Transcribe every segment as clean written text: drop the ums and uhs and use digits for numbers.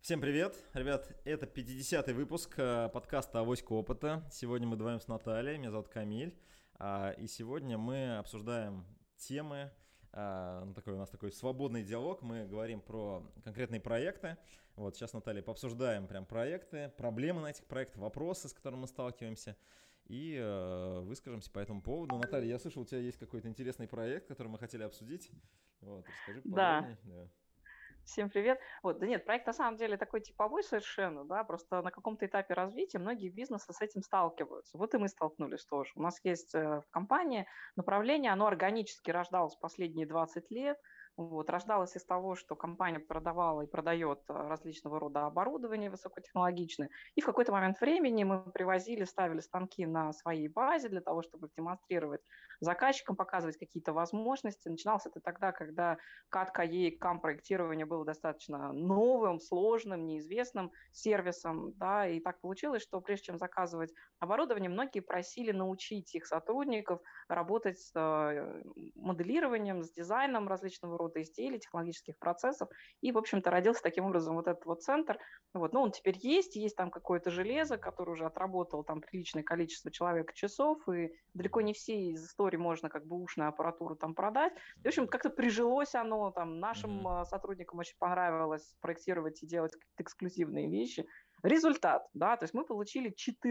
Всем привет, ребят, это 50-й выпуск подкаста «Авоська опыта». Сегодня мы вдвоем с Натальей, меня зовут Камиль, и сегодня мы обсуждаем темы, у нас такой свободный диалог, мы говорим про конкретные проекты. Вот сейчас, Наталья, пообсуждаем прям проекты, проблемы на этих проектах, вопросы, с которыми мы сталкиваемся, и выскажемся по этому поводу. Наталья, я слышал, у тебя есть какой-то интересный проект, который мы хотели обсудить. Вот, расскажи Да, поподробнее. Да. всем привет. Вот, да нет, проект на самом деле такой типовой совершенно, да, просто на каком-то этапе развития многие бизнесы с этим сталкиваются. Вот и мы столкнулись тоже. У нас есть в компании направление, оно органически рождалось последние 20 лет. Вот, рождалось из того, что компания продавала и продает различного рода оборудование высокотехнологичное. И в какой-то момент времени мы привозили, ставили станки на своей базе для того, чтобы демонстрировать заказчикам, показывать какие-то возможности. Начиналось это тогда, когда CAD-CAE, CAM-проектирование было достаточно новым, сложным, неизвестным сервисом, да, и так получилось, что прежде чем заказывать оборудование, многие просили научить их сотрудников работать с моделированием, с дизайном различного рода изделий, технологических процессов, и, в общем-то, родился таким образом вот этот вот центр. Вот. Ну, он теперь есть там какое-то железо, которое уже отработало там приличное количество человека-часов, и далеко не все из историй можно как бы ушную аппаратуру там продать. И, в общем, как-то прижилось оно, там, нашим сотрудникам очень понравилось проектировать и делать какие-то эксклюзивные вещи. Результат, да, то есть мы получили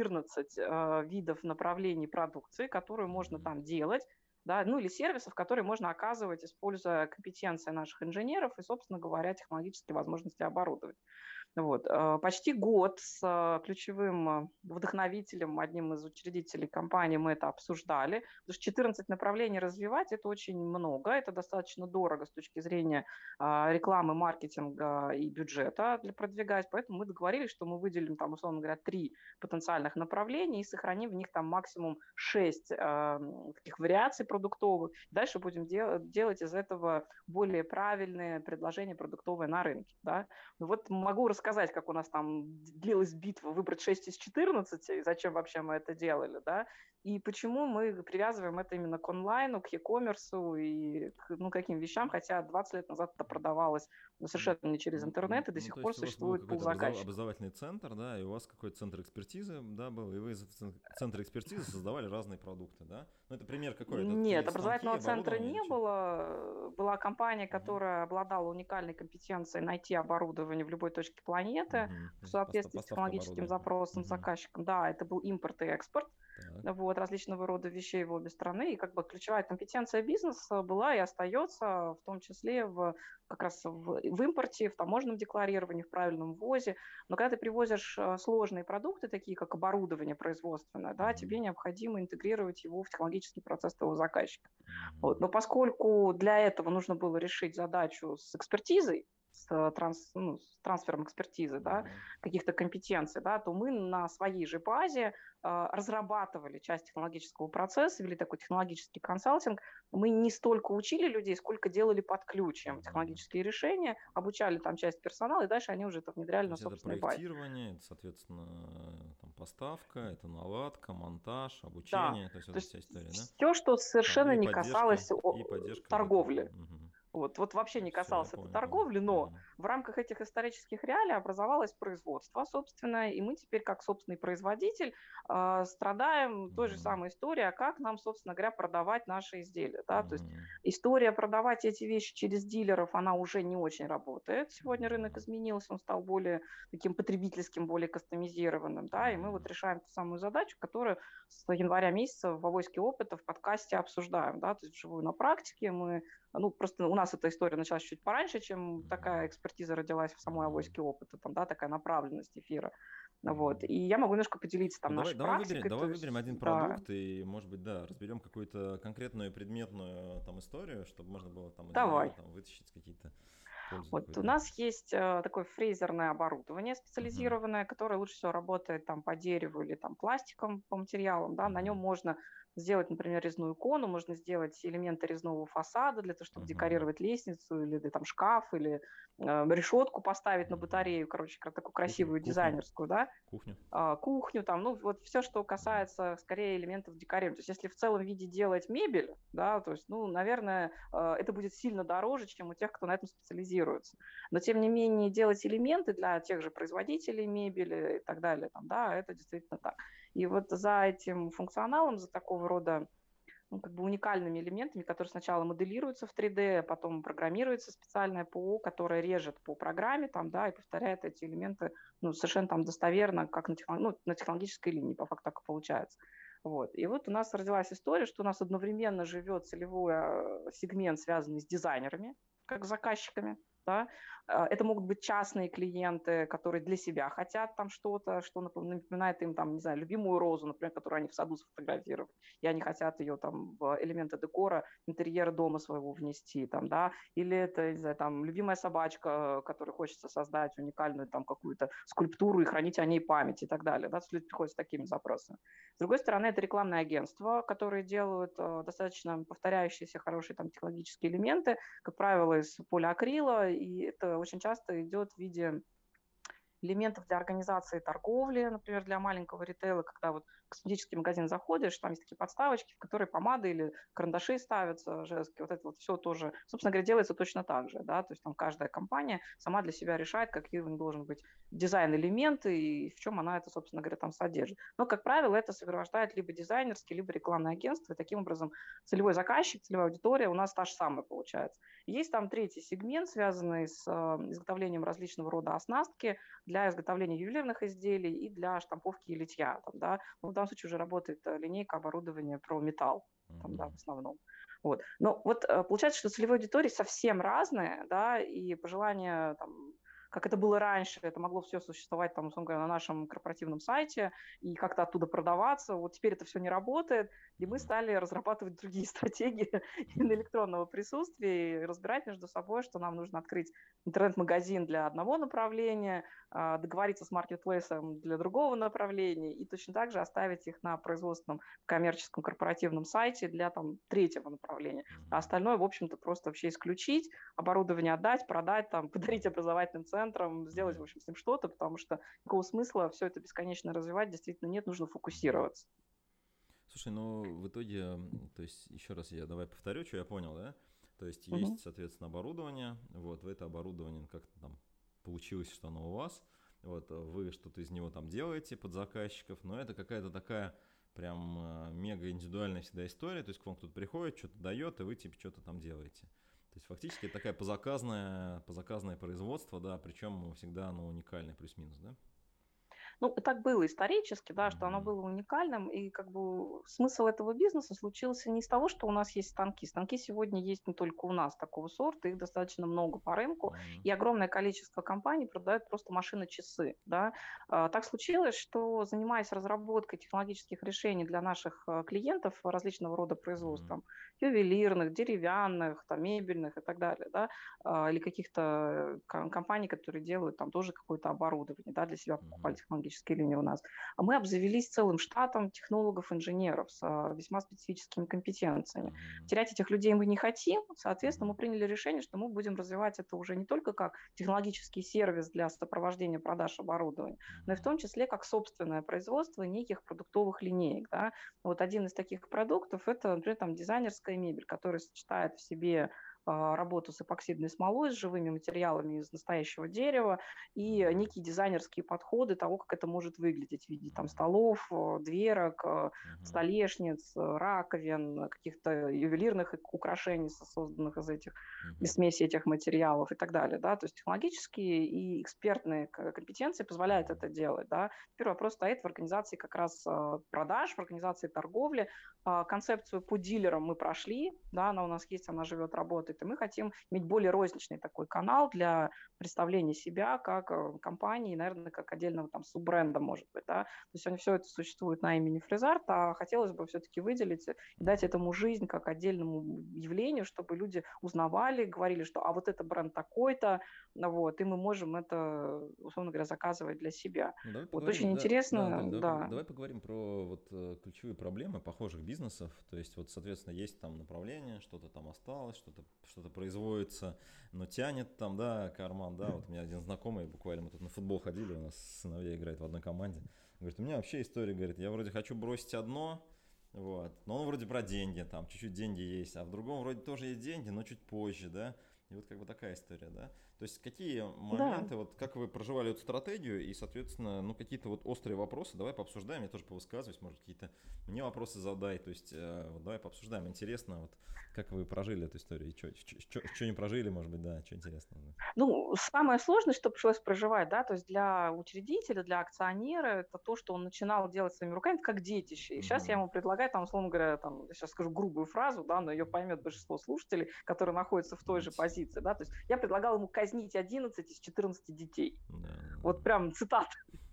14 видов направлений продукции, которую можно там делать, да, ну или сервисов, которые можно оказывать, используя компетенции наших инженеров и, собственно говоря, технологические возможности оборудовать. Вот. Почти год с ключевым вдохновителем, одним из учредителей компании, мы это обсуждали. Потому что 14 направлений развивать – это очень много, это достаточно дорого с точки зрения рекламы, маркетинга и бюджета для продвигать. Поэтому мы договорились, что мы выделим, там, условно говоря, 3 потенциальных направления и сохраним в них там максимум 6 таких вариаций продуктовых. Дальше будем делать из этого более правильные предложения продуктовые на рынке. Да? Вот могу рассказать, как у нас там длилась битва выбрать 6 из 14, и зачем вообще мы это делали, да, и почему мы привязываем это именно к онлайну, к e-commerce и к каким вещам, хотя 20 лет назад это продавалось совершенно не через интернет, и до сих То пор есть у вас был существует пул какой-то заказчиков. образовательный центр, да, и у вас какой-то центр экспертизы, да, был, и вы из этого центра экспертизы создавали разные продукты, да? Ну, это пример какой? Это Нет, какие станки, образовательного центра оборудование или не что? было. Была компания, которая обладала уникальной компетенцией найти оборудование в любой точке планеты в соответствии с Поставка технологическим оборудования. запросом заказчиком. Да, это был импорт и экспорт. Так. Вот, различного рода вещей в обе страны. И как бы ключевая компетенция бизнеса была и остается в том числе как раз в импорте, в таможенном декларировании, в правильном ввозе. Но когда ты привозишь сложные продукты, такие как оборудование производственное, да, тебе необходимо интегрировать его в технологический процесс твоего заказчика. Вот. Но поскольку для этого нужно было решить задачу с экспертизой, с трансфером экспертизы, да, каких-то компетенций, да, то мы на своей же базе разрабатывали часть технологического процесса, вели такой технологический консалтинг. Мы не столько учили людей, сколько делали под ключем технологические решения, обучали там часть персонала, и дальше они уже это внедряли То на есть это собственной базе. проектирование, это, соответственно, там, поставка, это наладка, монтаж, Да, обучение, то есть вот то эта есть вся история, да? все, что совершенно И не поддержка, касалось и поддержка вот этого. торговли. Вот вообще не Все, я касалось это понял. торговли, но в рамках этих исторических реалий образовалось производство, собственно, и мы теперь, как собственный производитель, страдаем той же самой историей, а как нам, собственно говоря, продавать наши изделия. Да? То есть история продавать эти вещи через дилеров, она уже не очень работает. Сегодня рынок изменился, он стал более таким потребительским, более кастомизированным, да, и мы вот решаем ту самую задачу, которую с января месяца в «Авоське опыта» в подкасте обсуждаем, да, то есть вживую на практике мы. Ну, просто у нас эта история началась чуть пораньше, чем такая экспертиза родилась в самой «Авоське опыта», там, да, такая направленность эфира. Вот. И я могу немножко поделиться там Ну, нашей давай практикой. выберем один Да. продукт и, может быть, да, разберем какую-то конкретную предметную там историю, чтобы можно было там из нее Давай. там вытащить какие-то пользы Вот у какой-то. нас есть такое фрезерное оборудование специализированное, которое лучше всего работает там по дереву или там пластиком, по материалам, да, на нем можно сделать, например, резную икону, можно сделать элементы резного фасада для того, чтобы Мгм. декорировать лестницу или там шкаф, или решетку поставить на Мгм. батарею, короче, такую Кухню, красивую кухню, дизайнерскую, да, кухню. кухню, там, ну, вот все, что Мгм. касается, скорее, элементов декорирования. То есть если в целом виде делать мебель, да, то есть, ну, наверное, это будет сильно дороже, чем у тех, кто на этом специализируется. Но, тем не менее, делать элементы для тех же производителей мебели и так далее, там, да, это действительно так. И вот за этим функционалом, за такого рода ну, как бы уникальными элементами, которые сначала моделируются в 3D, а потом программируется специальное ПО, которое режет по программе там, да, и повторяет эти элементы ну, совершенно там достоверно, как на технологической линии, по факту так и получается. Вот. И вот у нас родилась история, что у нас одновременно живет целевой сегмент, связанный с дизайнерами, как с заказчиками, да. Это могут быть частные клиенты, которые для себя хотят там что-то, что напоминает им, там, не знаю, любимую розу, например, которую они в саду сфотографировали, и они хотят ее там в элементы декора, интерьера дома своего внести, там, да, или это, не знаю, там, любимая собачка, которой хочется создать уникальную там какую-то скульптуру и хранить о ней память и так далее, да, то есть люди приходят с такими запросами. С другой стороны, это рекламные агентства, которые делают достаточно повторяющиеся хорошие там технологические элементы, как правило, из полиакрила, и это очень часто идет в виде элементов для организации торговли, например, для маленького ритейла, когда вот в косметический магазин заходишь, там есть такие подставочки, в которые помады или карандаши ставятся женские, вот это вот все тоже, собственно говоря, делается точно так же, да, то есть там каждая компания сама для себя решает, какие у них должен быть дизайн-элементы и в чем она это, собственно говоря, там содержит. Но, как правило, это сопровождает либо дизайнерские, либо рекламное агентство, и таким образом целевой заказчик, целевая аудитория у нас та же самая получается. Есть там третий сегмент, связанный с изготовлением различного рода оснастки, для изготовления ювелирных изделий и для штамповки и литья. Там, да. Ну, в данном случае уже работает линейка оборудования про металл, там, да, в Мгм. основном. Вот. Но вот получается, что целевые аудитории совсем разные, да, и пожелания там, как это было раньше, это могло все существовать там, условно говоря, на нашем корпоративном сайте и как-то оттуда продаваться. Вот теперь это все не работает, и мы Мгм. стали разрабатывать другие стратегии Мгм. электронного присутствия и разбирать между собой, что нам нужно открыть интернет-магазин для одного направления, договориться с маркетплейсом для другого направления и точно так же оставить их на производственном коммерческом корпоративном сайте для там, третьего направления. А Мгм. остальное, в общем-то, просто вообще исключить, оборудование отдать, продать, там, подарить образовательным центрам, сделать, в Мгм. общем, с ним что-то, потому что никакого смысла все это бесконечно развивать действительно нет, нужно Мгм. фокусироваться. Слушай, ну в итоге, то есть еще раз я давай повторю, что я понял, да? То есть Мгм. есть, соответственно, оборудование, вот в это оборудование как-то там получилось, что оно у вас, вот вы что-то из него там делаете под заказчиков, но это какая-то такая прям мега индивидуальная всегда история, то есть к вам кто-то приходит, что-то дает, и вы типа что-то там делаете. То есть фактически это такая позаказное производство, да, причем всегда оно уникальное плюс-минус, да? Ну, так было исторически, да, что оно Мгм. было уникальным, и как бы смысл этого бизнеса случился не из того, что у нас есть станки. Станки сегодня есть не только у нас такого сорта, их достаточно много по рынку, Мгм. и огромное количество компаний продают просто машины-часы, да. Так случилось, что занимаясь разработкой технологических решений для наших клиентов различного рода производств, Мгм. там, ювелирных, деревянных, там, мебельных и так далее, да, или каких-то компаний, которые делают там тоже какое-то оборудование, да, для себя покупали Мгм. технологические линии у нас. А мы обзавелись целым штатом технологов, инженеров с весьма специфическими компетенциями. Мгм. Терять этих людей мы не хотим, соответственно, мы Мгм. приняли решение, что мы будем развивать это уже не только как технологический сервис для сопровождения продаж оборудования, но и в Мгм. том числе как собственное производство неких продуктовых линеек. Да. Вот один из таких продуктов – это, например, там, дизайнерская мебель, которая сочетает в себе работу с эпоксидной смолой, с живыми материалами из настоящего дерева и Мгм. некие дизайнерские подходы того, как это может выглядеть в виде там, Мгм. столов, дверок, Мгм. столешниц, раковин, каких-то ювелирных украшений, созданных из Мгм. смеси этих материалов и так далее. Да? То есть технологические и экспертные компетенции позволяют Мгм. это делать. Да? Теперь вопрос стоит в организации как раз продаж, в организации торговли. Концепцию по дилерам мы прошли, да, она у нас есть, она живет, работает, работает, и мы хотим иметь более розничный такой канал для представления себя как компании, наверное, как отдельного там суббренда, может быть, да. То есть сегодня все это существует на имени Фрезарт, а хотелось бы все-таки выделить и дать этому жизнь как отдельному явлению, чтобы люди узнавали, говорили, что а вот это бренд такой-то, вот, и мы можем это, условно говоря, заказывать для себя. Ну, давай Вот поговорим, очень да, интересно, Наталья, да. давай поговорим про вот ключевые проблемы похожих бизнесов. То есть, вот, соответственно, есть там направление, что-то там осталось, что-то производится, но тянет там, да, карман, да. Вот у меня один знакомый, буквально мы тут на футбол ходили, у нас сыновья играют в одной команде. Говорит, у меня вообще история, говорит, я вроде хочу бросить одно, вот, но он вроде про деньги, там чуть-чуть деньги есть, а в другом вроде тоже есть деньги, но чуть позже, да. И вот как бы такая история, да. То есть какие Да. моменты, вот как вы проживали эту стратегию и, соответственно, ну какие-то вот острые вопросы, давай пообсуждаем, я тоже повысказываюсь, может какие-то мне вопросы задай, то есть вот давай пообсуждаем, интересно, вот как вы прожили эту историю, и что не прожили, может быть, да, что интересно. Ну, самое сложное, что пришлось проживать, да, то есть для учредителя, для акционера, это то, что он начинал делать своими руками, как детище. И сейчас я Угу. ему предлагаю, там, условно говоря, там, я сейчас скажу грубую фразу, да, но ее поймет большинство слушателей, которые находятся в той же позиции, да, то есть я предлагал ему казнить 11 из 14 детей. Да, Вот прям цитата.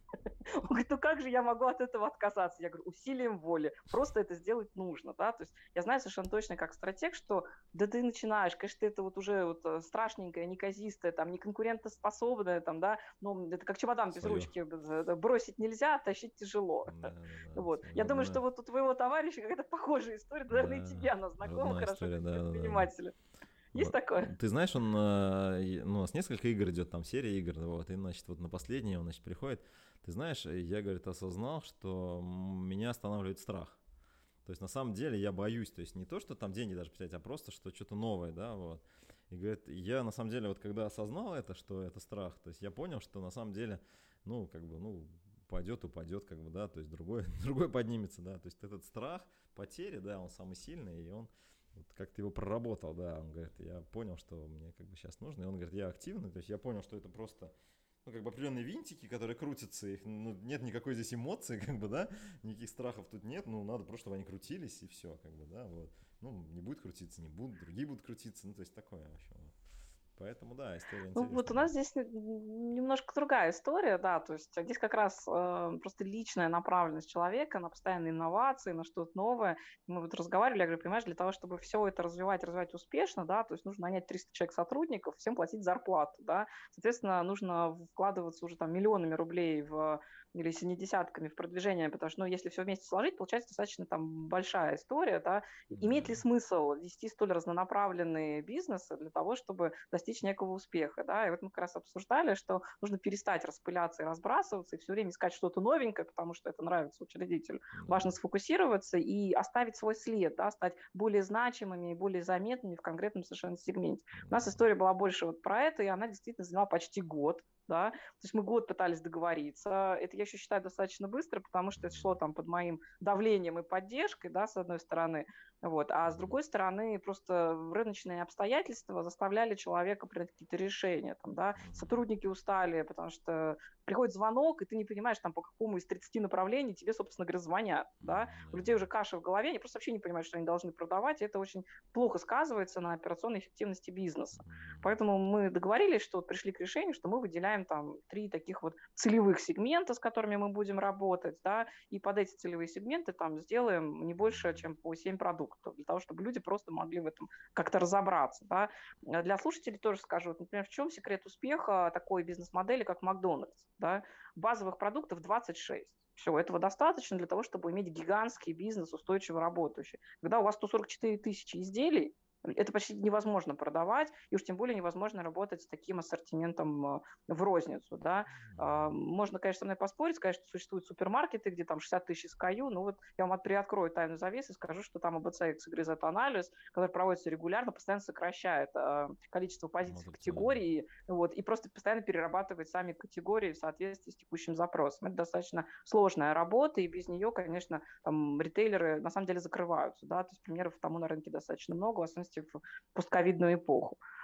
Он говорит, ну как же я могу от этого отказаться? Я говорю, усилием воли, просто это сделать нужно, да, то есть я знаю совершенно точно как стратег, что да ты начинаешь, конечно, ты это вот уже вот страшненькое, неказистое, там, неконкурентоспособное, там, да, но это как чемодан без свое. ручки, бросить нельзя, тащить тяжело. Вот. Я думаю, что вот у твоего товарища какая-то похожая история, наверное, и тебе Да, она знакома родная хорошо, история, как да. предпринимателя. Есть Вот. такое? Ты знаешь, он, ну, у нас несколько игр идет, там серия игр, вот, и, значит, вот на последнее он, значит, приходит. Ты знаешь, я, говорит, осознал, что меня останавливает страх. То есть, на самом деле, я боюсь, то есть, не то, что там деньги даже потерять, а просто, что что-то новое, да, вот. И, говорит, я, на самом деле, вот, когда осознал это, что это страх, то есть, я понял, что, на самом деле, ну, как бы, ну, упадет, как бы, да, то есть, другой поднимется, да, то есть, этот страх потери, да, он самый сильный, и он вот как ты его проработал, да, он говорит, я понял, что мне как бы сейчас нужно, и он говорит, я активный, то есть я понял, что это просто, ну, как бы определенные винтики, которые крутятся, их, ну, нет никакой здесь эмоции, как бы, да, никаких страхов тут нет, ну, надо просто, чтобы они крутились, и все, как бы, да, вот, ну, не будет крутиться, не будут, другие будут крутиться, ну, то есть такое вообще, вот. Поэтому, да, история Ну, вот у интересная. нас здесь немножко другая история, да, то есть здесь как раз просто личная направленность человека на постоянные инновации, на что-то новое. Мы вот разговаривали, я говорю, понимаешь, для того, чтобы все это развивать успешно, да, то есть нужно нанять 300 человек сотрудников, всем платить зарплату, да, соответственно, нужно вкладываться уже там миллионами рублей или если не десятками в продвижение, потому что, ну, если все вместе сложить, получается достаточно там большая история, да. Имеет ли Да. смысл вести столь разнонаправленные бизнесы для того, чтобы достичь некого успеха, да, и вот мы как раз обсуждали, что нужно перестать распыляться и разбрасываться, и все время искать что-то новенькое, потому что это нравится учредителю. Да. Важно сфокусироваться и оставить свой след, да, стать более значимыми и более заметными в конкретном совершенно сегменте. У нас история была больше вот про это, и она действительно заняла почти год, да, то есть мы год пытались договориться, это я еще считаю достаточно быстро, потому что это шло там под моим давлением и поддержкой, да, с одной стороны, вот, а с другой стороны просто рыночные обстоятельства заставляли человека принять какие-то решения, там, да, сотрудники устали, потому что приходит звонок, и ты не понимаешь, там, по какому из 30 направлений тебе, собственно говоря, звонят, да, у людей уже каша в голове, они просто вообще не понимают, что они должны продавать, и это очень плохо сказывается на операционной эффективности бизнеса. Поэтому мы договорились, что пришли к решению, что мы выделяем там 3 таких вот целевых сегмента, с которыми мы будем работать, да, и под эти целевые сегменты там сделаем не больше, чем по 7 продуктов, для того, чтобы люди просто могли в этом как-то разобраться, да. Для слушателей тоже скажу, вот, например, в чем секрет успеха такой бизнес-модели, как Макдональдс, да, базовых продуктов 26. Все, этого достаточно для того, чтобы иметь гигантский бизнес, устойчиво работающий. Когда у вас 144 тысячи изделий, это почти невозможно продавать, и уж тем более невозможно работать с таким ассортиментом в розницу, да. Можно, конечно, со мной поспорить, сказать, что существуют супермаркеты, где там 60 тысяч SKU, но вот я вам приоткрою тайну завесы и скажу, что там ABC XYZ анализ, который проводится регулярно, постоянно сокращает количество позиций в категории, вот, и просто постоянно перерабатывает сами категории в соответствии с текущим запросом. Это достаточно сложная работа, и без нее, конечно, там ритейлеры на самом деле закрываются, да, то есть примеров тому на рынке достаточно много, в особенности в постковидную эпоху.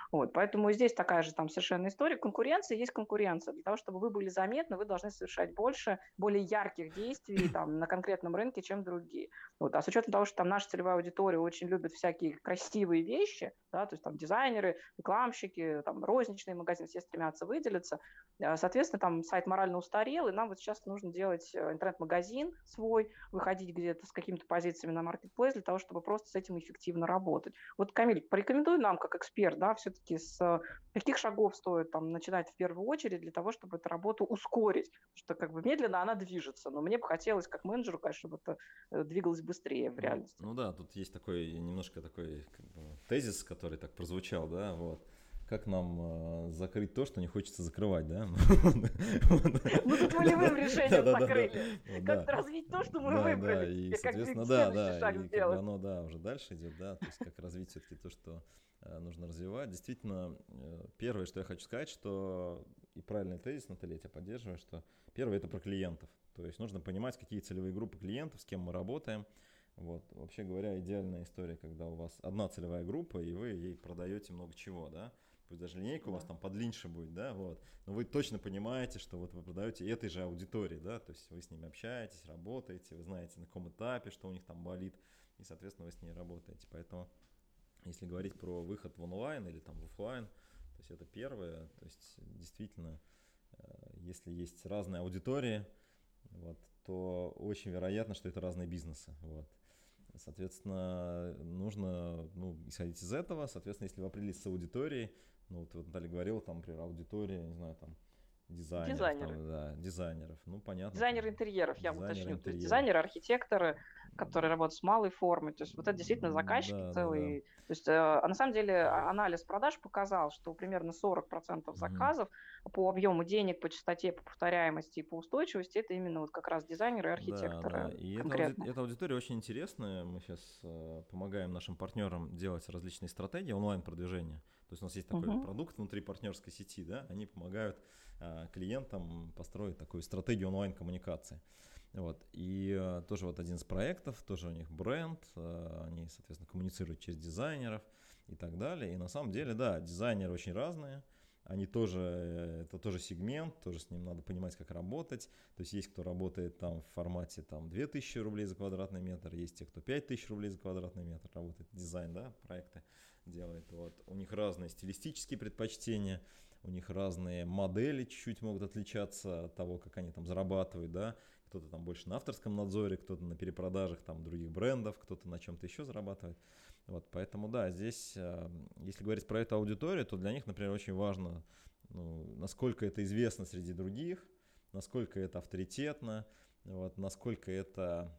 Вот, поэтому и здесь такая же там совершенно история. Конкуренция есть конкуренция. Для того, чтобы вы были заметны, вы должны совершать больше, более ярких действий там, на конкретном рынке, чем другие. Вот. А с учетом того, что там наша целевая аудитория очень любит всякие красивые вещи, да, то есть там дизайнеры, рекламщики, там розничные магазины, все стремятся выделиться. Соответственно, там сайт морально устарел, и нам вот сейчас нужно делать интернет-магазин свой, выходить где-то с какими-то позициями на маркетплейс для того, чтобы просто с этим эффективно работать. Вот, Камиль, порекомендуй нам, как эксперт, да, все-таки с каких шагов стоит там начинать в первую очередь для того, чтобы эту работу ускорить, потому что как бы медленно она движется, но мне бы хотелось как менеджеру, конечно, чтобы это двигалось быстрее в реальности. Ну да, тут есть такой немножко такой как бы, тезис, который так прозвучал, да, вот. Как нам закрыть то, что не хочется закрывать, да? Ну, тут волевым решением закрыли. Как развить то, что мы выбрали. Да, и, Как соответственно, следующий шаг и как бы сделать. оно, да, уже дальше идет, да, то есть как развить все-таки то, что нужно развивать. Действительно, первое, что я хочу сказать, что, и правильный тезис, Наталья, я тебя поддерживаю, что первое – это про клиентов. То есть нужно понимать, какие целевые группы клиентов, с кем мы работаем. Вот, вообще говоря, идеальная история, когда у вас одна целевая группа, и вы ей продаете много чего, да. Пусть даже линейка у вас там подлиннее будет, да, вот, но вы точно понимаете, что вот вы продаете этой же аудитории, да, то есть вы с ними общаетесь, работаете, вы знаете, на каком этапе, что у них там болит, и, соответственно, вы с ней работаете. Поэтому, если говорить про выход в онлайн или там в офлайн, то есть это первое, то есть действительно, если есть разные аудитории, вот, то очень вероятно, что это разные бизнесы, вот. Соответственно, нужно исходить из этого. Соответственно, если вы определились с аудиторией, ну вот Наталья говорила, там, например, аудитория, не знаю, там, дизайнеров, ну, понятно. Дизайнеры интерьеров, я уточню. Интерьеров. То есть дизайнеры, архитекторы, которые работают с малой формой. То есть вот это действительно заказчики целые. Да. То есть на самом деле анализ продаж показал, что примерно 40% заказов по объему денег, по частоте, по повторяемости и по устойчивости это именно вот как раз дизайнеры и архитекторы. Да. И конкретно. эта аудитория очень интересная. Мы сейчас помогаем нашим партнерам делать различные стратегии онлайн-продвижения. То есть у нас есть такой продукт внутри партнерской сети, да, они помогают клиентам построить такую стратегию онлайн-коммуникации. Вот. И тоже вот один из проектов, тоже у них бренд, они, соответственно, коммуницируют через дизайнеров и так далее. И на самом деле, да, дизайнеры очень разные. Они тоже, это тоже сегмент, тоже с ним надо понимать, как работать. То есть кто работает там в формате там 2000 рублей за квадратный метр, есть те, кто 5000 рублей за квадратный метр работает, дизайн, да, проекты делает. Вот. У них разные стилистические предпочтения, у них разные модели чуть-чуть могут отличаться от того, как они там зарабатывают, да. Кто-то там больше на авторском надзоре, кто-то на перепродажах там других брендов, кто-то на чем-то еще зарабатывает. Вот, поэтому, да, здесь, если говорить про эту аудиторию, то для них, например, очень важно, насколько это известно среди других, насколько это авторитетно, вот, насколько это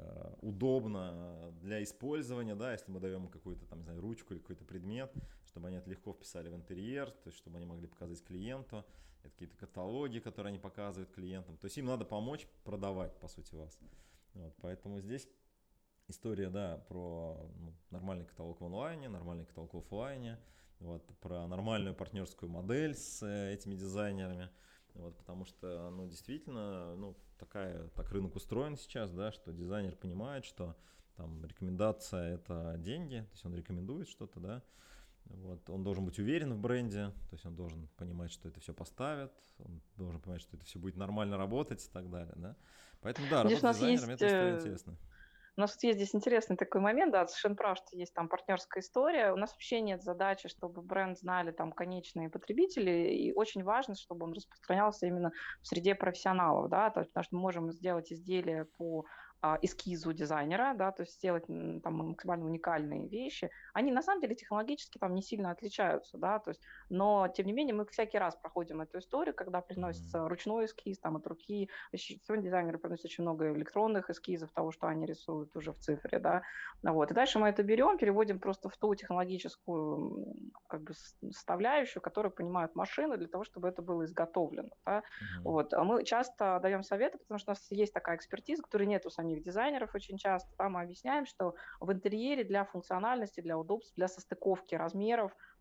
удобно для использования, да, если мы даем им какую-то там, не знаю, ручку или какой-то предмет, чтобы они это легко вписали в интерьер, то есть чтобы они могли показать клиенту, это какие-то каталоги, которые они показывают клиентам, то есть им надо помочь продавать, по сути, вас. Вот, поэтому здесь история, да, про нормальный каталог в онлайне, нормальный каталог в офлайне, вот, про нормальную партнерскую модель с этими дизайнерами, вот, потому что, действительно, так рынок устроен сейчас, да, что дизайнер понимает, что там рекомендация – это деньги, то есть он рекомендует что-то, да, вот, он должен быть уверен в бренде, то есть он должен понимать, что это все поставят, он должен понимать, что это все будет нормально работать и так далее, да, поэтому, да, работа с дизайнером – это история интересная. У нас есть здесь интересный такой момент, да, совершенно прав, что есть там партнерская история. У нас вообще нет задачи, чтобы бренд знали там конечные потребители, и очень важно, чтобы он распространялся именно в среде профессионалов, да, потому что мы можем сделать изделие по эскизу дизайнера, да, то есть сделать там максимально уникальные вещи. Они на самом деле технологически там не сильно отличаются, да, то есть, но тем не менее мы всякий раз проходим эту историю, когда приносится ручной эскиз там от руки. Сегодня дизайнеры приносят очень много электронных эскизов того, что они рисуют уже в цифре, да, вот. И дальше мы это берем, переводим просто в ту технологическую как бы составляющую, которую понимают машины, для того, чтобы это было изготовлено, да. Вот. А мы часто даем советы, потому что у нас есть такая экспертиза, которой нет у самих дизайнеров очень часто. Там мы объясняем, что в интерьере для функциональности, для удобства, для состыковки размеров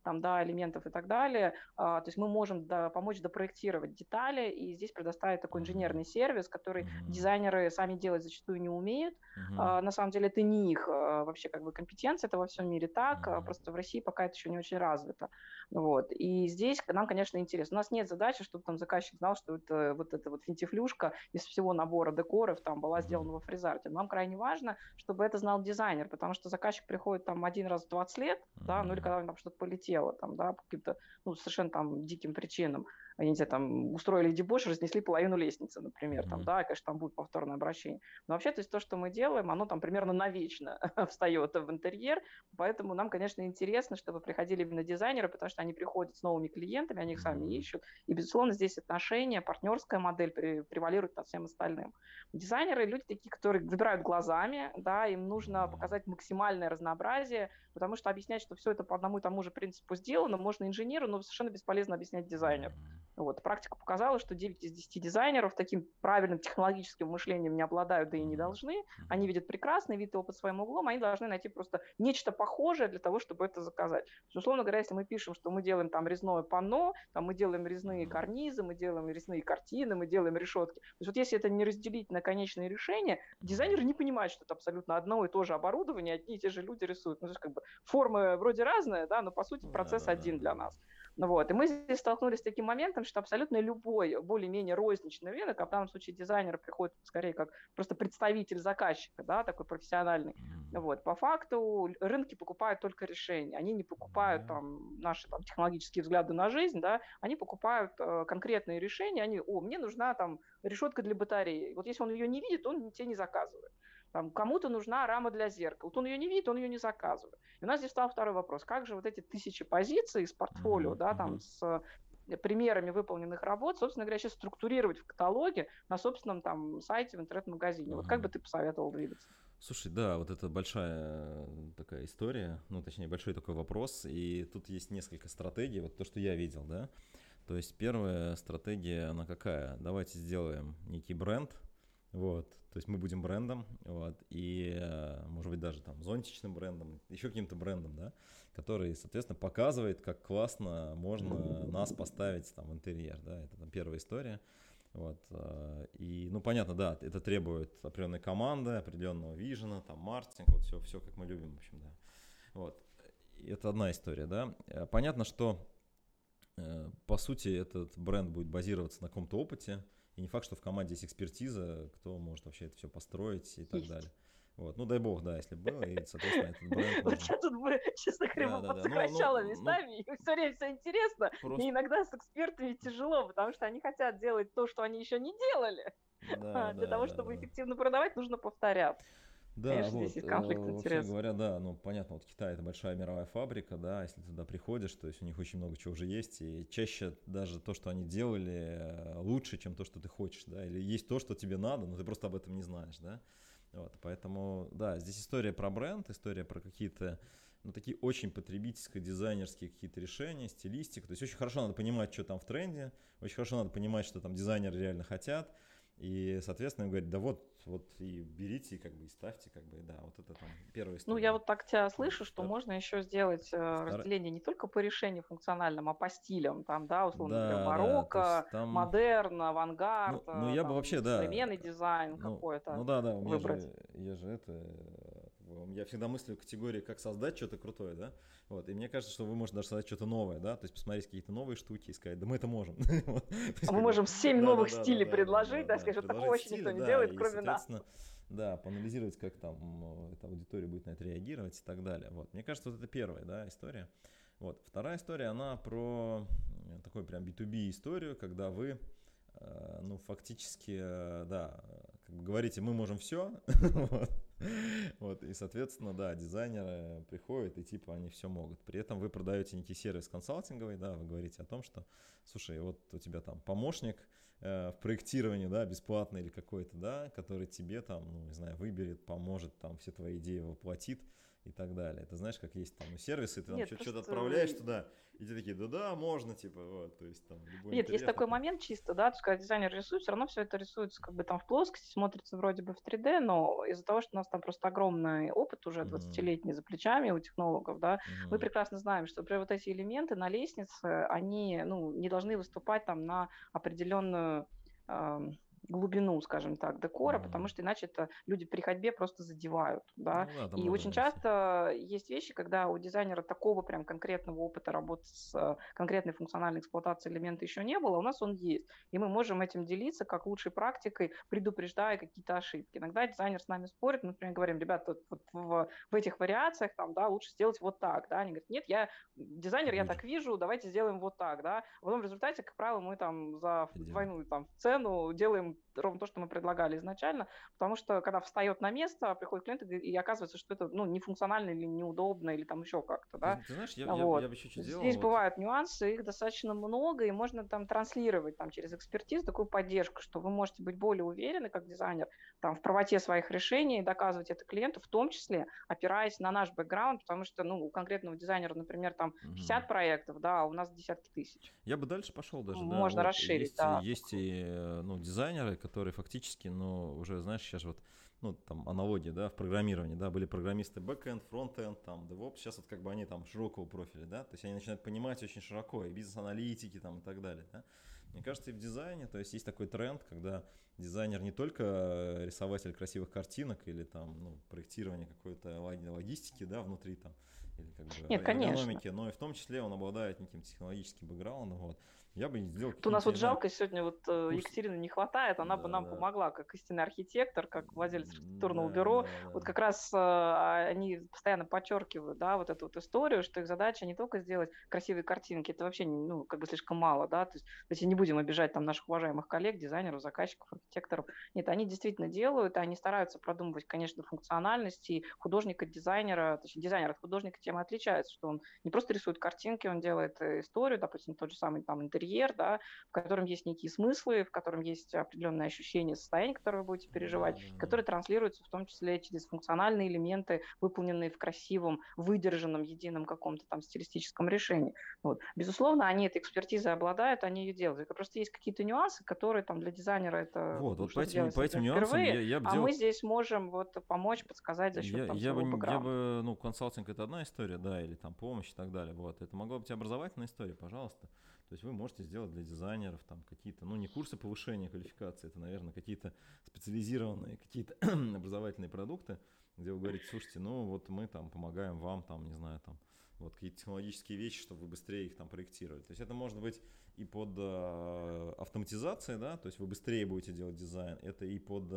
там, да, элементов и так далее. То есть мы можем помочь допроектировать детали, и здесь предоставить такой инженерный сервис, который дизайнеры сами делать зачастую не умеют. На самом деле это не их вообще как бы компетенция, это во всем мире так, просто в России пока это еще не очень развито. Вот. И здесь нам, конечно, интересно. У нас нет задачи, чтобы там заказчик знал, что это вот эта вот финтифлюшка из всего набора декоров там была сделана во фризарте. Нам крайне важно, чтобы это знал дизайнер, потому что заказчик приходит там один раз в 20 лет, да, ну или когда там что-то полетело, там, да, по каким-то, ну, совершенно там диким причинам. Они тебе там устроили дебош, разнесли половину лестницы, например, там, да, и, конечно, там будет повторное обращение. Но вообще, то есть то, что мы делаем, оно там примерно навечно встает в интерьер, поэтому нам, конечно, интересно, чтобы приходили именно дизайнеры, потому что они приходят с новыми клиентами, они их сами ищут, и, безусловно, здесь отношения, партнерская модель превалирует над всем остальным. Дизайнеры – люди такие, которые выбирают глазами, да, им нужно показать максимальное разнообразие, потому что объяснять, что все это по одному и тому же принципу сделано, можно инженеру, но совершенно бесполезно объяснять дизайнеру. Вот. Практика показала, что 9 из 10 дизайнеров таким правильным технологическим мышлением не обладают, да и не должны. Они видят прекрасный вид его под своим углом, они должны найти просто нечто похожее для того, чтобы это заказать. То есть, условно говоря, если мы пишем, что мы делаем там резное панно, там мы делаем резные карнизы, мы делаем резные картины, мы делаем решетки. То есть вот если это не разделить на конечные решения, дизайнер не понимает, что это абсолютно одно и то же оборудование, одни и те же люди рисуют. Ну, то есть как бы формы вроде разные, да, но по сути процесс один для нас. Ну, вот. И мы здесь столкнулись с таким моментом, что абсолютно любой более-менее розничный рынок, а в данном случае дизайнер приходит скорее как просто представитель заказчика, да, такой профессиональный. Вот. По факту рынки покупают только решения. Они не покупают там, наши там, технологические взгляды на жизнь, да, они покупают конкретные решения. Они, мне нужна там решетка для батареи. Вот если он ее не видит, он тебе не заказывает. Там, кому-то нужна рама для зеркала. Вот он ее не видит, он ее не заказывает. И у нас здесь стал второй вопрос. Как же вот эти 1000 позиций из портфолио, да, там, с примерами выполненных работ, собственно говоря, сейчас структурировать в каталоге на собственном там сайте в интернет-магазине. Вот как бы ты посоветовал двигаться? Слушай, да, вот это большая такая история, ну, точнее, большой такой вопрос, и тут есть несколько стратегий, вот то, что я видел, да. То есть первая стратегия, она какая? Давайте сделаем некий бренд, вот, то есть мы будем брендом, вот, и, может быть, даже там зонтичным брендом, еще каким-то брендом, да, который, соответственно, показывает, как классно можно нас поставить там в интерьер, да, это там первая история. Вот, и, ну, понятно, да, это требует определенной команды, определенного вижена, там, маркетинг, вот все, как мы любим, в общем, да. Вот, и это одна история, да. Понятно, что, по сути, этот бренд будет базироваться на каком-то опыте, и не факт, что в команде есть экспертиза, кто может вообще это все построить и так далее. Вот. Ну, дай бог, да, если было, и, соответственно, этот бренд можно... Вот я тут бы, честно говоря, подсокращала местами, и все время все интересно, и иногда с экспертами тяжело, потому что они хотят делать то, что они еще не делали. Для того, чтобы эффективно продавать, нужно повторяться. Да, конечно, вот, здесь есть конфликт интересов. Вообще говоря, да, ну, понятно, вот Китай – это большая мировая фабрика, да, если ты туда приходишь, то есть у них очень много чего уже есть, и чаще даже то, что они делали, лучше, чем то, что ты хочешь, да, или есть то, что тебе надо, но ты просто об этом не знаешь, да, вот, поэтому, да, здесь история про бренд, история про какие-то, ну, такие очень потребительско-дизайнерские какие-то решения, стилистика, то есть очень хорошо надо понимать, что там в тренде, очень хорошо надо понимать, что там дизайнеры реально хотят. И, соответственно, им говорят, да вот и берите, как бы, и ставьте, как бы, да, вот это там первая история. Ну, я вот так тебя слышу, что можно еще сделать разделение не только по решению функциональным, а по стилям, там, да, условно говоря, барокко, там... модерн, авангард, ну, я бы вообще, современный дизайн какой-то выбрать. Я же я всегда мыслю в категории, как создать что-то крутое, да, вот, и мне кажется, что вы можете даже создать что-то новое, да, то есть посмотреть какие-то новые штуки и сказать, да мы это можем. Мы можем 7 новых стилей предложить, да, сказать, что такого вообще никто не делает, кроме нас. Да, поанализировать, как там эта аудитория будет на это реагировать и так далее. Вот. Мне кажется, вот это первая, да, история. Вот. Вторая история, она про такую прям B2B историю, когда вы, ну, фактически, да, как бы говорите, мы можем все, вот, и, соответственно, да, дизайнеры приходят и типа они все могут. При этом вы продаете некий сервис консалтинговый, да, вы говорите о том, что, слушай, вот у тебя там помощник в проектировании, да, бесплатный или какой-то, да, который тебе там, ну, не знаю, выберет, поможет, там все твои идеи воплотит и так далее. Это знаешь, как есть там сервисы, ты там Нет, что-то просто отправляешь туда, и те такие, да-да, можно, типа, вот, то есть там любой нет, есть интерьер такой такой. момент чисто, да, то есть когда дизайнер рисует, все равно все это рисуется как бы там в плоскости, смотрится вроде бы в 3D, но из-за того, что у нас там просто огромный опыт уже Мгм, 20-летний за плечами у технологов, да, мы мгм. прекрасно знаем, что, например, вот эти элементы на лестнице, они, ну, не должны выступать там на определенную ам, глубину, скажем так, декора, потому Мгм. что иначе это люди при ходьбе просто задевают, да. Ну да, там И много очень нюансов. часто есть вещи, когда у дизайнера такого прям конкретного опыта работы с конкретной функциональной эксплуатацией элемента еще не было, у нас он есть. И мы можем этим делиться как лучшей практикой, предупреждая какие-то ошибки. Иногда дизайнер с нами спорит, мы, например, говорим, ребята, вот в этих вариациях там, да, лучше сделать вот так, да. Они говорят, нет, я дизайнер, я Будем так вижу, давайте сделаем вот так, да. А потом в результате, как правило, мы там за переделаем. двойную там цену делаем ровно то, что мы предлагали изначально, потому что когда встает на место, приходит клиент и оказывается, что это, ну, нефункционально или неудобно, или там еще как-то, да. Ты знаешь, я Вот. бы еще что делал, Здесь вот, бывают нюансы, их достаточно много, и можно там транслировать там через экспертизу такую поддержку, что вы можете быть более уверены как дизайнер там, в правоте своих решений, и доказывать это клиенту, в том числе опираясь на наш бэкграунд, потому что, ну, у конкретного дизайнера, например, там мгм. 50 проектов, да, а у нас десятки тысяч. Я бы дальше пошел даже, да, Можно вот, расширить, есть, да. есть и, ну, дизайнеры, которые фактически, ну, уже, знаешь, сейчас вот, ну, там, аналогии, да, в программировании, да, были программисты бэкэнд, фронтенд, там, DevOps, сейчас вот как бы они там широкого профиля, да, то есть они начинают понимать очень широко, и бизнес-аналитики там и так далее, да. Мне кажется, и в дизайне, то есть есть такой тренд, когда дизайнер не только рисователь красивых картинок или там, ну, проектирование какой-то логистики, да, внутри там, или как бы Нет, конечно. эргономики, но и в том числе он обладает неким технологическим бэкграундом, вот. Я бы сделал Вот у нас какие-нибудь, я вот не знаю, жалко, сегодня вот курс, Екатерины не хватает, она бы да, нам да, помогла, как истинный архитектор, как владелец архитектурного да, бюро. да, Вот да. как раз они постоянно подчеркивают, да, вот эту вот историю, что их задача не только сделать красивые картинки, это вообще, ну, как бы слишком мало, да, то есть, если не будем обижать там наших уважаемых коллег, дизайнеров, заказчиков, архитекторов, нет, они действительно делают, они стараются продумывать, конечно, функциональность, и художник от дизайнера, точнее, дизайнер от художника тем и отличается, что он не просто рисует картинки, он делает историю, допустим, тот же самый там интерьер, да, в котором есть некие смыслы, в котором есть определенное ощущение состояния, которое вы будете Да, переживать, да, да. которые транслируются в том числе через функциональные элементы, выполненные в красивом, выдержанном, едином каком-то там стилистическом решении. Вот. Безусловно, они этой экспертизой обладают, они ее делают. Просто есть какие-то нюансы, которые там для дизайнера это Вот что-то по делается, этим например, нюансам впервые, я бы а мы делал. здесь можем вот помочь, подсказать за счет там своего Я бэкграунда. бы, ну, консалтинг это одна история, да, или там помощь и так далее, вот. Это могла быть образовательная история, пожалуйста. То есть вы можете сделать для дизайнеров там какие-то, ну, не курсы повышения квалификации, это, наверное, какие-то специализированные, какие-то образовательные продукты, где вы говорите, слушайте, ну, вот мы там помогаем вам, там, не знаю, там, вот какие-то технологические вещи, чтобы вы быстрее их там проектировали. То есть это может быть и под автоматизацией, да, то есть вы быстрее будете делать дизайн, это и под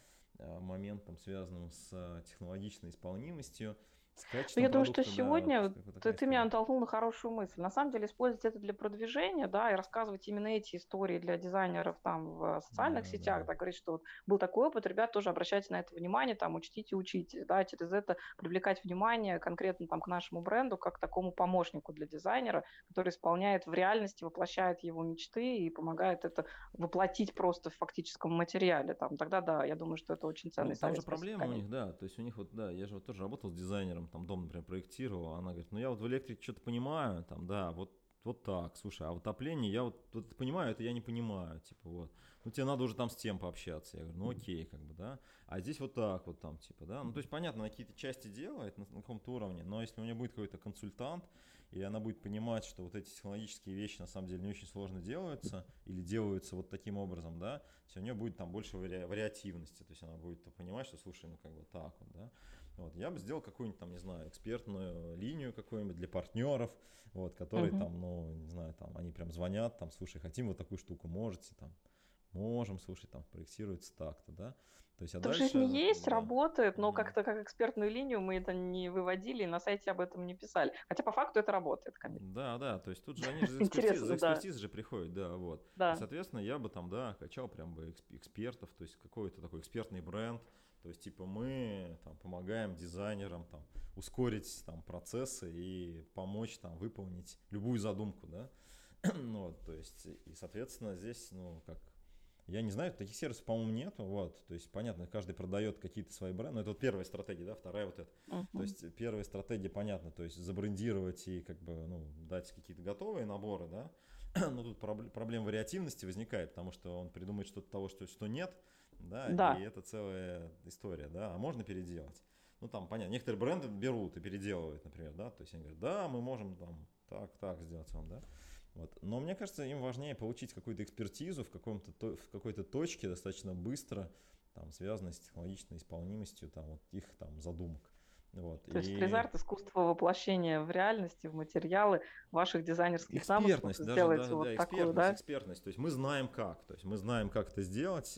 моментом, связанным с технологичной исполнимостью, с Ну, качеством я думаю, что продукта, да, то сегодня есть вот как вот такая ты меня история. натолкнул на хорошую мысль. На самом деле использовать это для продвижения, да, и рассказывать именно эти истории для дизайнеров там в социальных Да, да. сетях, да, говорить, что вот был такой опыт, ребят, тоже обращайте на это внимание, там, учтите, учитесь, да, через это привлекать внимание конкретно там к нашему бренду, как к такому помощнику для дизайнера, который исполняет в реальности, воплощает его мечты и помогает это воплотить просто в фактическом материале. Там, тогда, да, я думаю, что это очень ценный Ну, там совет. же Спасибо, проблема у Камиль. них, да, то есть у них вот, да, я же вот тоже работал с дизайнером, там дом, например, проектировал, она говорит, ну я вот в электрике что-то понимаю, там, да, вот так, слушай, а в отоплении я вот это понимаю, это я не понимаю, типа вот, ну тебе надо уже там с тем пообщаться, я говорю, ну окей, как бы, да, а здесь вот так вот там, типа, да, ну то есть понятно, на какие-то части делает на каком-то уровне, но если у нее будет какой-то консультант, и она будет понимать, что вот эти технологические вещи на самом деле не очень сложно делаются или делаются вот таким образом, да, то есть у нее будет там больше вариативности, то есть она будет понимать, что слушай, ну как бы так вот, да. Вот, я бы сделал какую-нибудь там, не знаю, экспертную линию какую-нибудь для партнеров, вот, которые Мгм. там, ну, не знаю, там, они прям звонят, там, слушай, хотим вот такую штуку, можете, там, можем, слушай, там, проектируется так-то, да. То есть, а Это в дальше, жизни как есть, бы, да. работает, но Мгм. как-то как экспертную линию мы это не выводили, и на сайте об этом не писали. Хотя по факту это работает, Камиль. Да, да, то есть тут же они же за Интересно, да. экспертизой же приходят, да, вот. И, Да. соответственно, я бы там, да, качал прям бы экспертов, то есть какой-то такой экспертный бренд, то есть типа мы там помогаем дизайнерам там ускорить там процессы и помочь там выполнить любую задумку, да. Ну вот, то есть, и, соответственно, здесь, ну, как Я не знаю, таких сервисов, по-моему, нету, вот, то есть, понятно, каждый продает какие-то свои бренды, но это вот первая стратегия, да, вторая вот эта, то есть, первая стратегия, понятно, то есть, забрендировать и, как бы, ну, дать какие-то готовые наборы, да, но тут проблема вариативности возникает, потому что он придумает что-то того, что нет, да, и Да. это целая история, да, а можно переделать. Ну, там, понятно, некоторые бренды берут и переделывают, например, да, то есть, они говорят, да, мы можем там так сделать вам, да. Вот. Но мне кажется, им важнее получить какую-то экспертизу в какой-то точке достаточно быстро, там, связанной с технологичной исполнимостью там, вот их там, задумок. Вот. То есть И фризарт — искусство воплощения в реальности, в материалы ваших дизайнерских замыслов, экспертность, даже сделать да, вот да, такую, экспертность, да? экспертность. То есть мы знаем как. То есть мы знаем, как это сделать,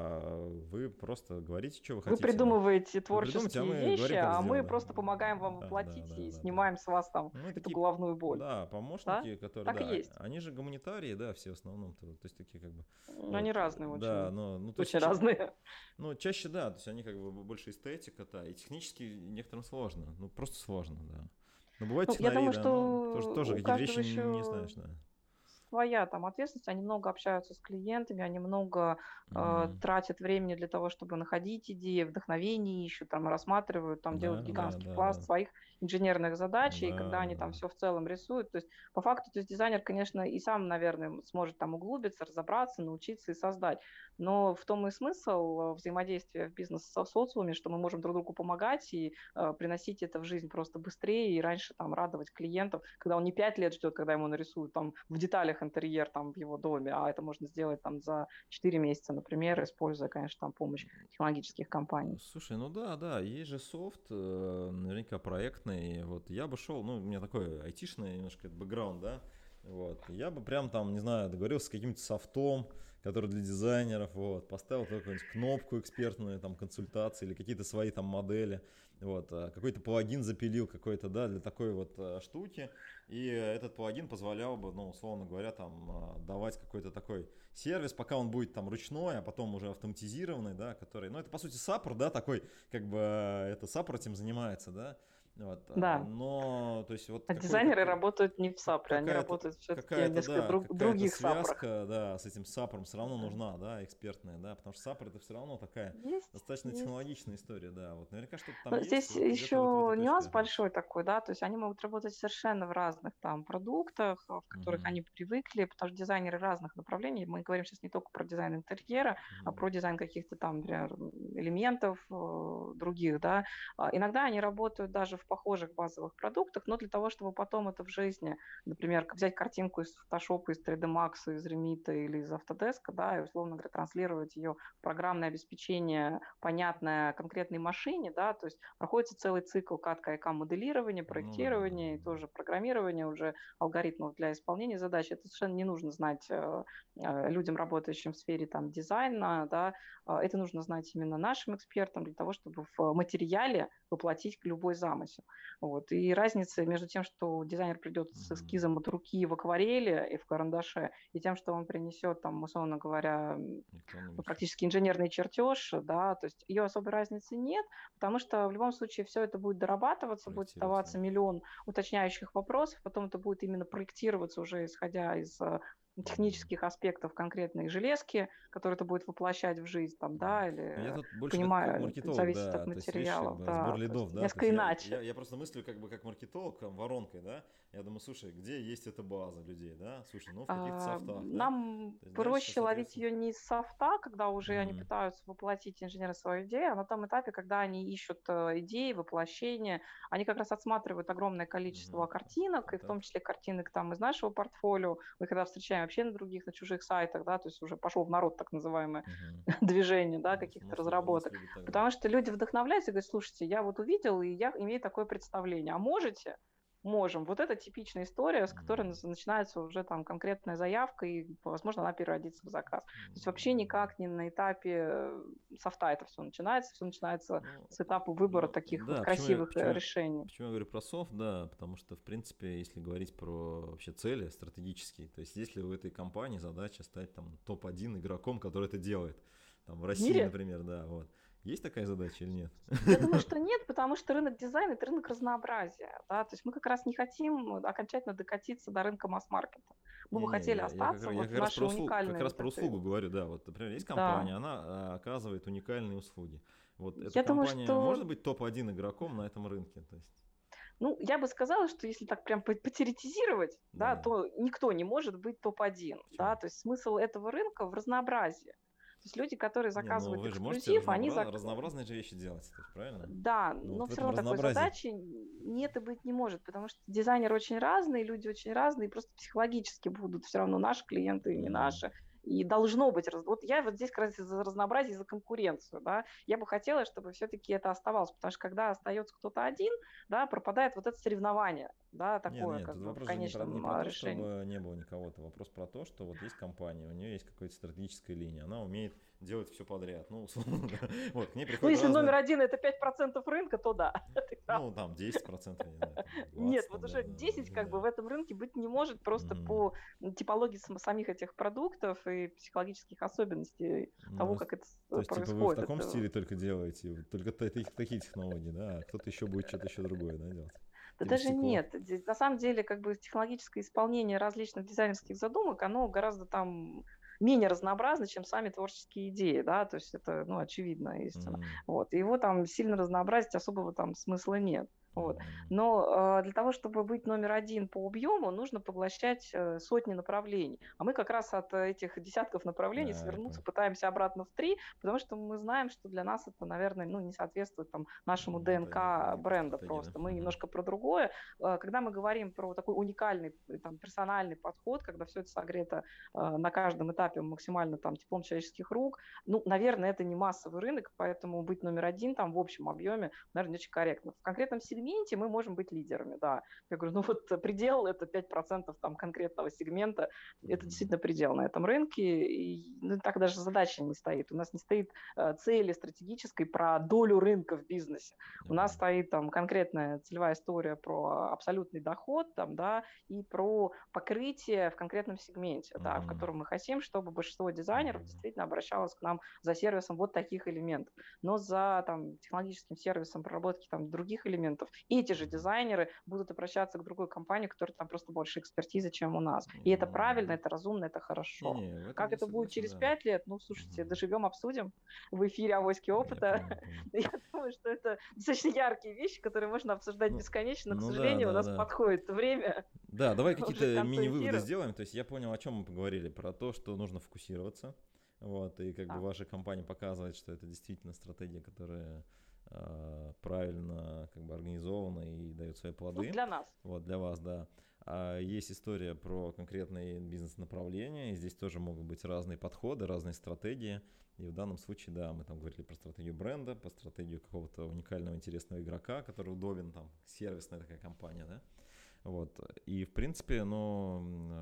а вы просто говорите, что вы Вы хотите, да. придумываете Вы придумайте, а творческие мы вещи, говорим, как а мы сделать, да. просто помогаем вам Да, да, воплотить да, и да, да. снимаем с вас там Мы эту такие, головную боль, да, да? помощники, которые, Так и да, есть. они же гуманитарии, да, все в основном-то, то есть такие как бы, Они вот, разные да, очень, но, ну, то есть, очень разные. ну, чаще, да, то есть они как бы больше эстетика, да, и технически некоторым сложно, ну, просто сложно, да. Но бывают Ну, я технари, думаю, да, ну, что тоже у какие-то каждого вещи не еще знаешь, да. своя там ответственность, они много общаются с клиентами, они много М, тратят времени для того, чтобы находить идеи, вдохновение ищут, там рассматривают, там Да, делают да, гигантский да, пласт да, своих инженерных задач, и когда да, они там да. все в целом рисуют, то есть по факту, то есть дизайнер, конечно, и сам, наверное, сможет там углубиться, разобраться, научиться и создать, но в том и смысл взаимодействия в бизнес-социуме, что мы можем друг другу помогать и приносить это в жизнь просто быстрее и раньше там радовать клиентов, когда он не 5 лет ждет, когда ему нарисуют там в деталях интерьер там в его доме, а это можно сделать там за 4 месяца, например, используя, конечно, там помощь технологических компаний. Слушай, ну да, да, есть же софт, наверняка проектный. Вот я бы шел, ну, у меня такой айтишный немножко бэкграунд, да. Вот. Я бы прям там, не знаю, договорился с каким-то софтом, который для дизайнеров, вот, поставил какую-нибудь кнопку экспертную, там, консультации или какие-то свои там модели, вот, какой-то плагин запилил какой-то, да, для такой вот штуки, и этот плагин позволял бы, ну, условно говоря, там, давать какой-то такой сервис, пока он будет там ручной, а потом уже автоматизированный, да, который, ну, это по сути саппорт, да, такой, как бы, это саппорт этим занимается, да, вот, Да, но, то есть, вот а дизайнеры работают не в САПре, они какая-то, работают все-таки в несколько какая-то других САПрах. связка, да, с этим саппором все равно Да. нужна, да, экспертная, да, потому что саппор это все равно такая Есть, достаточно есть. технологичная история, да, вот наверняка что-то там Но есть, здесь вот где-то вот в еще этой точке нюанс находится. большой такой, да, то есть они могут работать совершенно в разных там продуктах, в которых Мгм. они привыкли, потому что дизайнеры разных направлений, мы говорим сейчас не только про дизайн интерьера, а Мгм. про дизайн каких-то там, например, элементов других, да. Иногда они работают даже в похожих базовых продуктах, но для того, чтобы потом это в жизни, например, взять картинку из Photoshop, из 3D Max, из Remit или из Autodesk, да, и, условно говоря, транслировать ее в программное обеспечение, понятное конкретной машине, да, то есть проходится целый цикл катка и моделирования, Ну да, да, проектирования и тоже программирования уже алгоритмов для исполнения задач. Это совершенно не нужно знать людям, работающим в сфере там, дизайна, да, это нужно знать именно нашим экспертам для того, чтобы в материале воплотить любой замысел. Вот. И разница между тем, что дизайнер придет с Мгм. эскизом от руки в акварели и в карандаше, и тем, что он принесет, там, условно говоря, Электронный ну, маркетинг. практически инженерный чертеж, да, то есть ее особой разницы нет, потому что в любом случае все это будет дорабатываться, будет Проектироваться, задаваться да. миллион уточняющих вопросов, потом это будет именно проектироваться уже исходя из Мгм. технических аспектов конкретной железки, которую это будет воплощать в жизнь, там, Мгм. да, Ну, я или, тут больше как понимаю, маркетолог, зависит от да, то есть, видишь, как материалов, бы сбор да, то есть лидов, да, то есть несколько иначе. я просто мыслю как бы как маркетолог, там, воронкой, да, я думаю, слушай, где есть эта база людей, да, слушай, ну, в каких-то софтах, да, Нам то есть дальше, проще ловить соответственно, ее не из софта, когда уже они мгм, пытаются воплотить инженеры свою идею, а на том этапе, когда они ищут идеи, воплощения. Они как раз отсматривают огромное количество мгм. картинок, и в Этап. том числе картинок там из нашего портфолио. Мы когда встречаем вообще на других, на чужих сайтах, да, то есть уже пошел в народ так называемое Мгм. движение, да, Ну, каких-то у нас разработок. любят так, да. Потому что люди вдохновляются и говорят, слушайте, я вот увидел, и я имею такое представление. А можете? Можем. Вот это типичная история, с которой М, начинается уже там конкретная заявка, и, возможно, она переродится в заказ. То есть вообще м, никак не на этапе софта это все начинается Ну, с этапа выбора ну, таких вот да, красивых решений. почему я говорю про софт, да, потому что, в принципе, если говорить про вообще цели стратегические, то есть если у этой компании задача стать там топ-1 игроком, который это делает, там в В России, мире например, да, вот. Есть такая задача или нет? Я думаю, что нет, потому что рынок дизайна — это рынок разнообразия. Да? То есть мы как раз не хотим окончательно докатиться до рынка масс-маркета. Мы бы Не-не, хотели я остаться я вот в как раз нашей как уникальной раз вот про этой. услугу говорю, да. Вот, например, есть Да, компания, она оказывает уникальные услуги. Вот эта я думаю, компания что может быть топ-1 игроком на этом рынке? То есть, ну, я бы сказала, что если так прям потеоретизировать, да, да-да. то никто не может быть топ-1, да, Почему? то есть смысл этого рынка в разнообразии. То есть люди, которые Не, ну заказывают вы же можете эксклюзив, разнообразные же вещи делать, то есть, правильно? да, Ну но вот в все этом равно такой разнообразии. задачи нет и быть не может, потому что дизайнеры очень разные, люди очень разные, и просто психологически будут все равно наши клиенты и не М, наши. И должно быть, вот я вот здесь как раз за разнообразие, за конкуренцию, да, я бы хотела, чтобы все-таки это оставалось, потому что когда остается кто-то один, да, пропадает вот это соревнование, да, Нет, такое нет, как тут бы в вопрос же не конечном про то, решении. чтобы не было никого-то. Вопрос про то, что вот есть компания, у нее есть какая-то стратегическая линия, она умеет делать все подряд. Ну, условно, да. Вот, к ней Ну, приходят если номер разные, один это 5% рынка, то да, ты прав. ну, там, 10%, я не знаю, там, Нет, 20, вот там, уже да, 10 как бы да. в этом рынке быть не может просто Мгм. по типологии самих этих продуктов и психологических особенностей того, Ну, как это то есть, типа, вы в происходит. таком Это, стиле только делаете, вот только такие технологии, да, а кто-то еще будет что-то еще другое, да, делать? В да стиле даже стекло. нет. На самом деле, как бы технологическое исполнение различных дизайнерских задумок, оно гораздо там менее разнообразно, чем сами творческие идеи, да, то есть это, ну, очевидная истина. Мгм. Вот. И его там сильно разнообразить особого там смысла нет. Вот. Мгм. Но для того, чтобы быть номер один по объему, нужно поглощать сотни направлений. А мы как раз от этих десятков направлений Да, я свернуться понял. пытаемся обратно в три, потому что мы знаем, что для нас это, наверное, ну, не соответствует там, нашему Ну, это ДНК не по бренда стратегии, да. просто. Мы Мгм. немножко про другое. Когда мы говорим про такой уникальный там, персональный подход, когда все это согрето на каждом этапе максимально там, теплом человеческих рук, ну, наверное, это не массовый рынок, поэтому быть номер один там в общем объеме, наверное, не очень корректно. В конкретном сегменте мы можем быть лидерами, да. Я говорю, ну вот предел это 5% там конкретного сегмента, это Мгм. действительно предел на этом рынке, и ну, так даже задача не стоит. У нас не стоит цели стратегической про долю рынка в бизнесе. У Я нас понял. стоит там конкретная целевая история про абсолютный доход там, да, и про покрытие в конкретном сегменте, да, в Мгм. котором мы хотим, чтобы большинство дизайнеров Мгм. действительно обращалось к нам за сервисом вот таких элементов. Но за там, технологическим сервисом проработки там, других элементов эти же Мгм. дизайнеры будут обращаться к другой компании, которая там просто больше экспертизы, чем у нас. Не, И это правильно, ну, это разумно, это хорошо. не-не, в этом Как я это будет согласен, через да. 5 лет? Ну, слушайте, Мгм. доживем, обсудим в эфире «Авоськи Я опыта». понял, понял. Я думаю, что это достаточно яркие вещи, которые можно обсуждать Ну, бесконечно. К ну да, сожалению, у да, нас да. подходит время Да, давай уже к какие-то концу мини-выводы эфира. сделаем. То есть я понял, о чем мы поговорили. Про то, что нужно фокусироваться. Вот, и как бы Да. ваша компания показывает, что это действительно стратегия, которая правильно как бы организована и дает свои Ну, плоды. для нас. Вот, для вас, да. А есть история про конкретные бизнес-направления, и здесь тоже могут быть разные подходы, разные стратегии. И в данном случае, да, мы там говорили про стратегию бренда, про стратегию какого-то уникального, интересного игрока, который удобен, там, сервисная такая компания, да. Вот. И, в принципе, ну,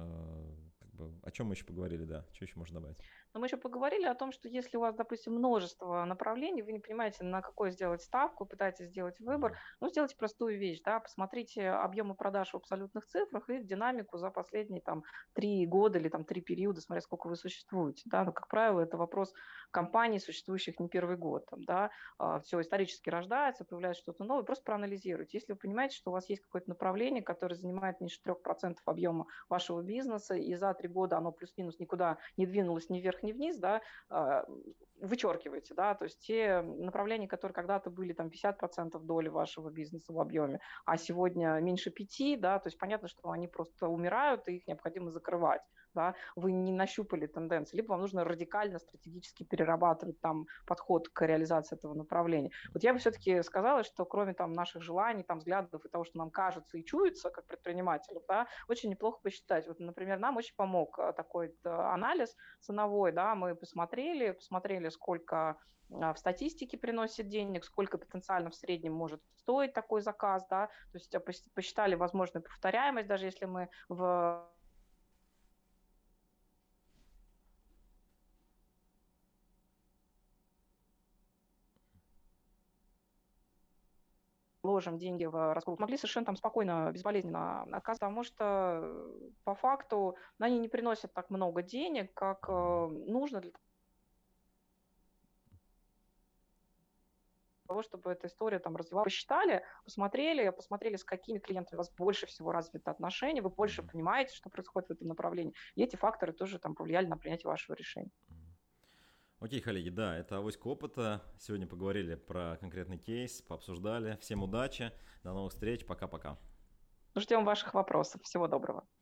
как бы, о чем мы еще поговорили, да, что еще можно добавить? Но мы еще поговорили о том, что если у вас, допустим, множество направлений, вы не понимаете, на какой сделать ставку, пытаетесь сделать выбор, Мгм. ну, сделайте простую вещь, да, посмотрите объемы продаж в абсолютных цифрах и динамику за последние там 3 года или там 3 периода, смотря сколько вы существуете, да, но, как правило, это вопрос компаний, существующих не первый год, там, да, все исторически рождается, появляется что-то новое, просто проанализируйте. Если вы понимаете, что у вас есть какое-то направление, которое занимает меньше 3% объема вашего бизнеса, и за 3 года оно плюс-минус никуда не двинулось ни вверх, ни вниз, да, вычеркиваете, да, то есть те направления, которые когда-то были там 50% доли вашего бизнеса в объеме, а сегодня меньше 5, да, то есть понятно, что они просто умирают, и их необходимо закрывать, да, вы не нащупали тенденции, либо вам нужно радикально стратегически перерабатывать там подход к реализации этого направления. Вот я бы все-таки сказала, что кроме там наших желаний, там взглядов и того, что нам кажется и чуется как предпринимателям, да, очень неплохо посчитать. Вот, например, нам очень помог такой анализ ценовой, да, мы посмотрели, сколько в статистике приносит денег, сколько потенциально в среднем может стоить такой заказ, да, то есть посчитали возможную повторяемость, даже если мы вложим деньги в раскрутку, могли совершенно там спокойно, безболезненно отказаться, потому что по факту они не приносят так много денег, как Мгм. нужно для того, чтобы эта история там развивалась. Посмотрели, с какими клиентами у вас больше всего развито отношения, вы больше Мгм. понимаете, что происходит в этом направлении. И эти факторы тоже там повлияли на принятие вашего решения. Окей, коллеги, да, это авоська опыта. Сегодня поговорили про конкретный кейс, пообсуждали. Всем удачи, до новых встреч, пока-пока. Ждем ваших вопросов. Всего доброго.